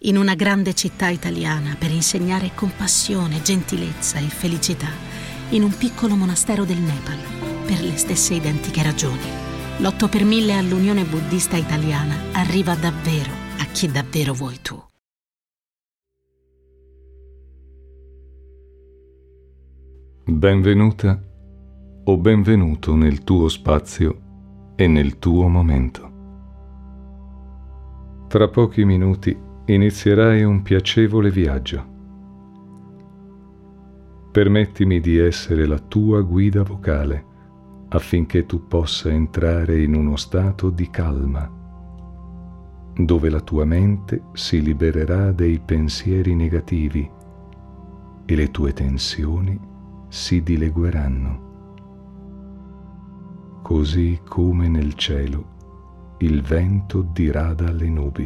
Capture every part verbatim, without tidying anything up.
in una grande città italiana per insegnare compassione, gentilezza e felicità, in un piccolo monastero del Nepal, per le stesse identiche ragioni. L'otto per mille all'Unione Buddista Italiana arriva davvero a chi davvero vuoi tu. Benvenuta o benvenuto nel tuo spazio e nel tuo momento. Tra pochi minuti inizierai un piacevole viaggio. Permettimi di essere la tua guida vocale affinché tu possa entrare in uno stato di calma, dove la tua mente si libererà dei pensieri negativi e le tue tensioni si dilegueranno. Così come nel cielo il vento dirada le nubi.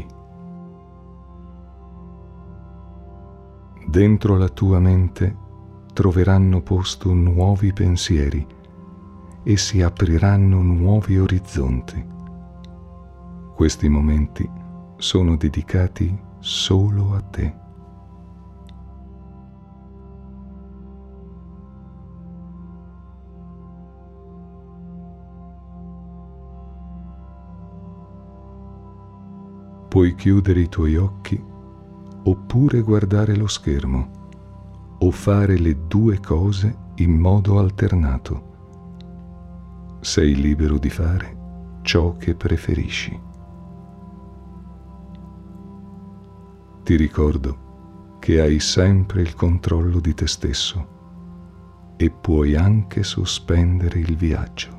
Dentro la tua mente troveranno posto nuovi pensieri e si apriranno nuovi orizzonti. Questi momenti sono dedicati solo a te. Puoi chiudere i tuoi occhi oppure guardare lo schermo o fare le due cose in modo alternato. Sei libero di fare ciò che preferisci. Ti ricordo che hai sempre il controllo di te stesso e puoi anche sospendere il viaggio.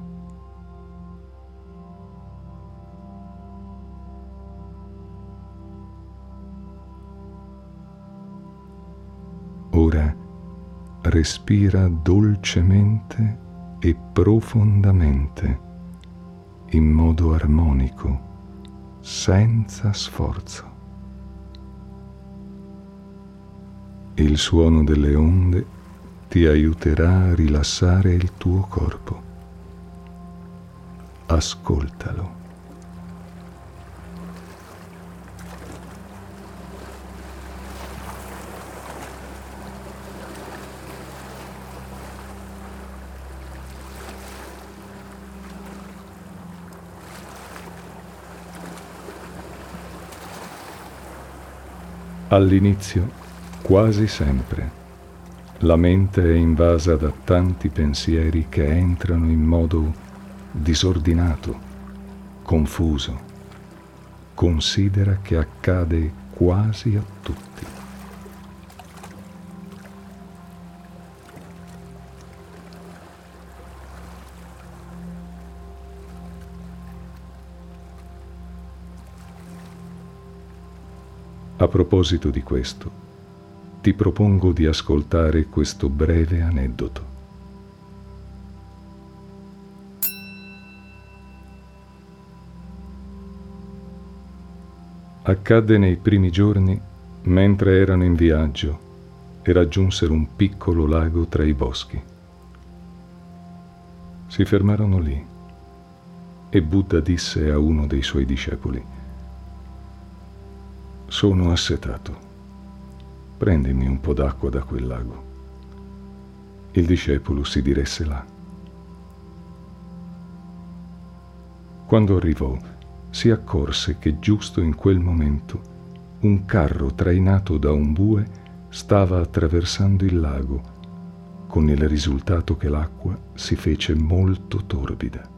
Ora respira dolcemente e profondamente, in modo armonico, senza sforzo. Il suono delle onde ti aiuterà a rilassare il tuo corpo. Ascoltalo. All'inizio, quasi sempre, la mente è invasa da tanti pensieri che entrano in modo disordinato, confuso. Considera che accade quasi a tutti. A proposito di questo, ti propongo di ascoltare questo breve aneddoto. Accadde nei primi giorni mentre erano in viaggio e raggiunsero un piccolo lago tra i boschi. Si fermarono lì e Buddha disse a uno dei suoi discepoli: «Sono assetato. Prendimi un po' d'acqua da quel lago». Il discepolo si diresse là. Quando arrivò, si accorse che giusto in quel momento un carro trainato da un bue stava attraversando il lago, con il risultato che l'acqua si fece molto torbida.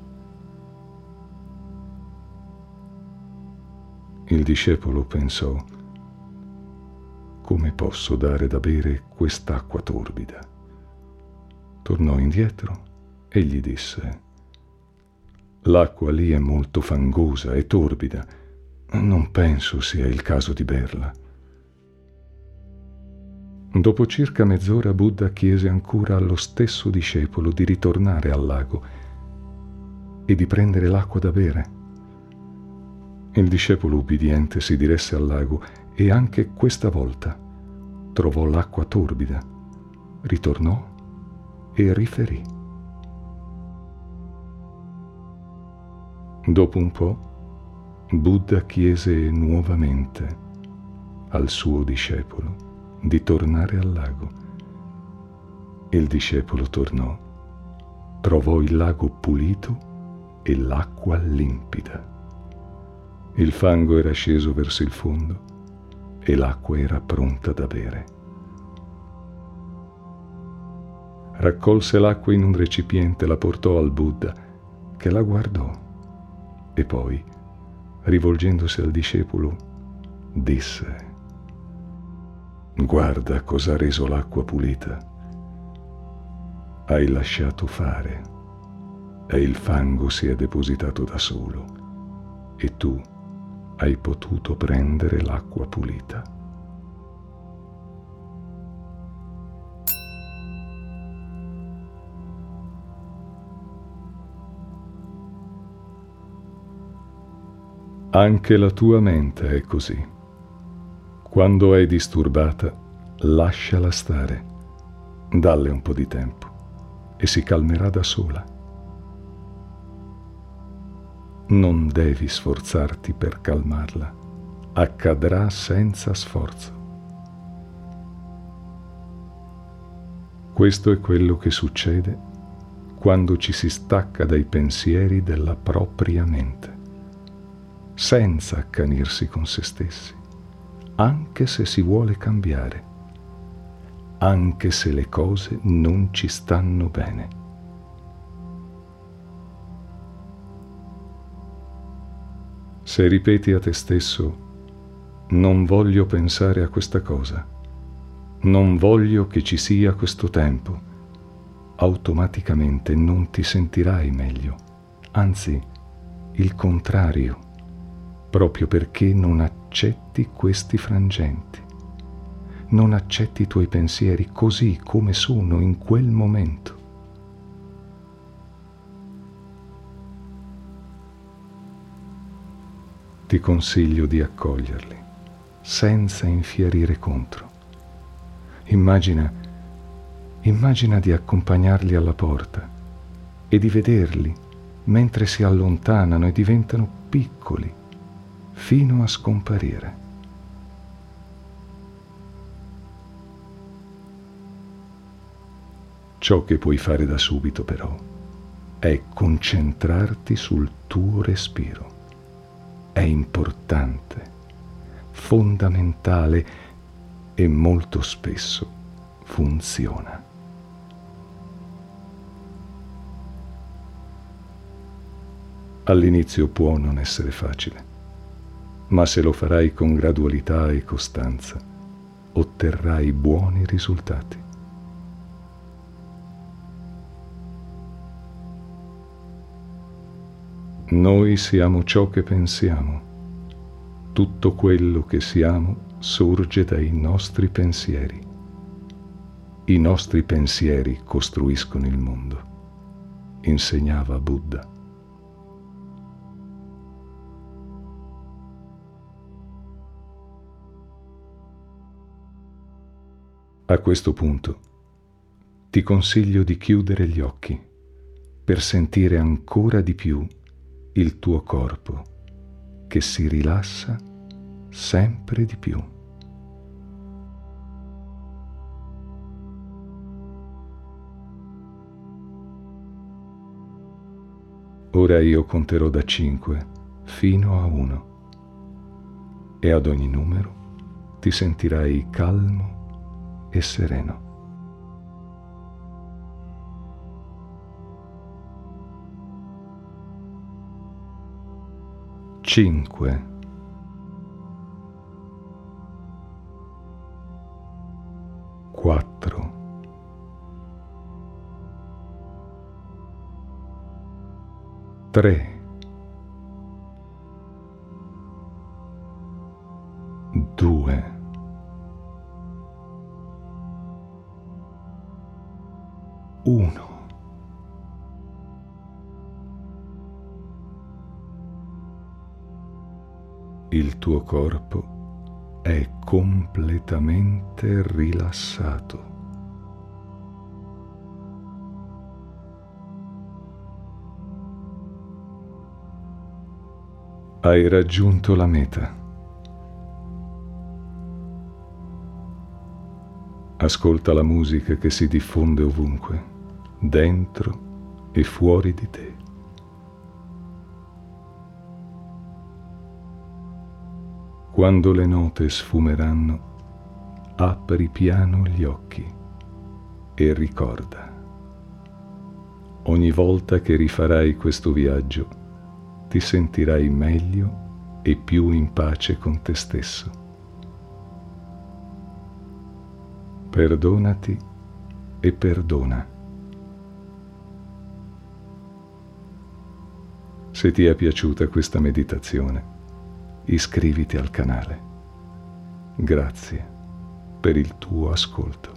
Il discepolo pensò: come posso dare da bere quest'acqua torbida? Tornò indietro e gli disse: l'acqua lì è molto fangosa e torbida, non penso sia il caso di berla. Dopo circa mezz'ora Buddha chiese ancora allo stesso discepolo di ritornare al lago e di prendere l'acqua da bere. Il discepolo ubbidiente si diresse al lago e anche questa volta trovò l'acqua torbida, ritornò e riferì. Dopo un po', Buddha chiese nuovamente: al suo discepolo di tornare al lago. Il discepolo tornò, trovò il lago pulito e l'acqua limpida. Il fango era sceso verso il fondo e l'acqua era pronta da bere. Raccolse l'acqua in un recipiente, la portò al Buddha, che la guardò e poi, rivolgendosi al discepolo, disse: «Guarda cosa ha reso l'acqua pulita. Hai lasciato fare e il fango si è depositato da solo e tu hai potuto prendere l'acqua pulita». Anche la tua mente è così. Quando è disturbata, lasciala stare, dalle un po' di tempo e si calmerà da sola. Non devi sforzarti per calmarla, accadrà senza sforzo. Questo è quello che succede quando ci si stacca dai pensieri della propria mente, senza accanirsi con se stessi, anche se si vuole cambiare, anche se le cose non ci stanno bene. Se ripeti a te stesso: non voglio pensare a questa cosa, non voglio che ci sia questo tempo, automaticamente non ti sentirai meglio, anzi, il contrario, proprio perché non accetti questi frangenti, non accetti i tuoi pensieri così come sono in quel momento. Ti consiglio di accoglierli, senza infierire contro. Immagina, immagina di accompagnarli alla porta e di vederli mentre si allontanano e diventano piccoli, fino a scomparire. Ciò che puoi fare da subito, però, è concentrarti sul tuo respiro. È importante, fondamentale e molto spesso funziona. All'inizio può non essere facile, ma se lo farai con gradualità e costanza, otterrai buoni risultati. Noi siamo ciò che pensiamo. Tutto quello che siamo sorge dai nostri pensieri. I nostri pensieri costruiscono il mondo, insegnava Buddha. A questo punto ti consiglio di chiudere gli occhi per sentire ancora di più il tuo corpo che si rilassa sempre di più. Ora io conterò da cinque fino a uno e ad ogni numero ti sentirai calmo e sereno. Cinque. Quattro. Tre. Due. Uno. Il tuo corpo è completamente rilassato. Hai raggiunto la meta. Ascolta la musica che si diffonde ovunque, dentro e fuori di te. Quando le note sfumeranno, apri piano gli occhi e ricorda: ogni volta che rifarai questo viaggio, ti sentirai meglio e più in pace con te stesso. Perdonati e perdona. Se ti è piaciuta questa meditazione, iscriviti al canale. Grazie per il tuo ascolto.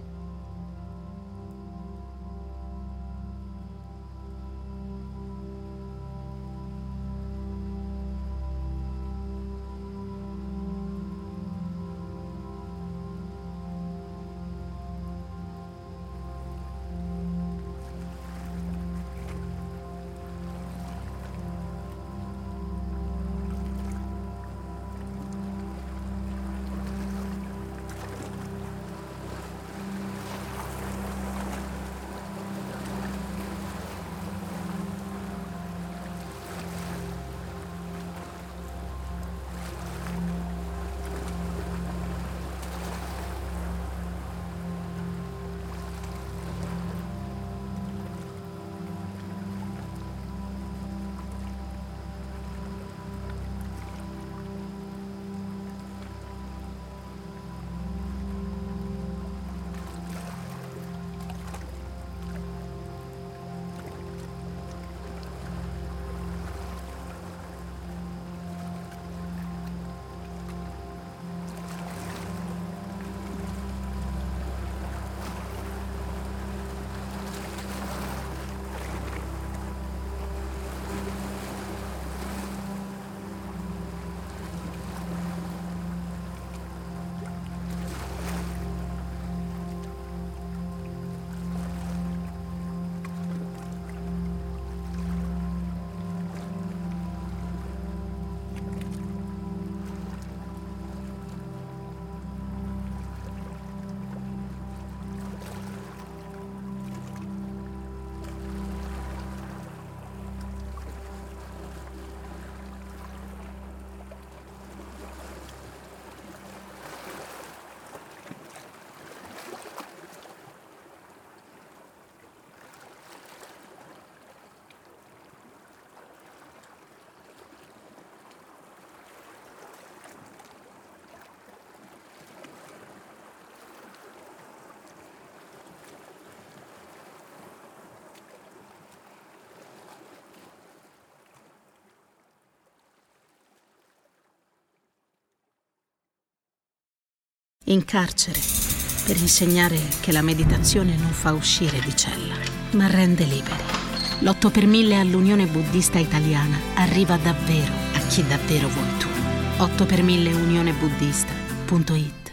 In carcere, per insegnare che la meditazione non fa uscire di cella, ma rende liberi. L'otto per mille all'Unione Buddista Italiana arriva davvero a chi davvero vuoi tu. otto per mille unione buddista punto it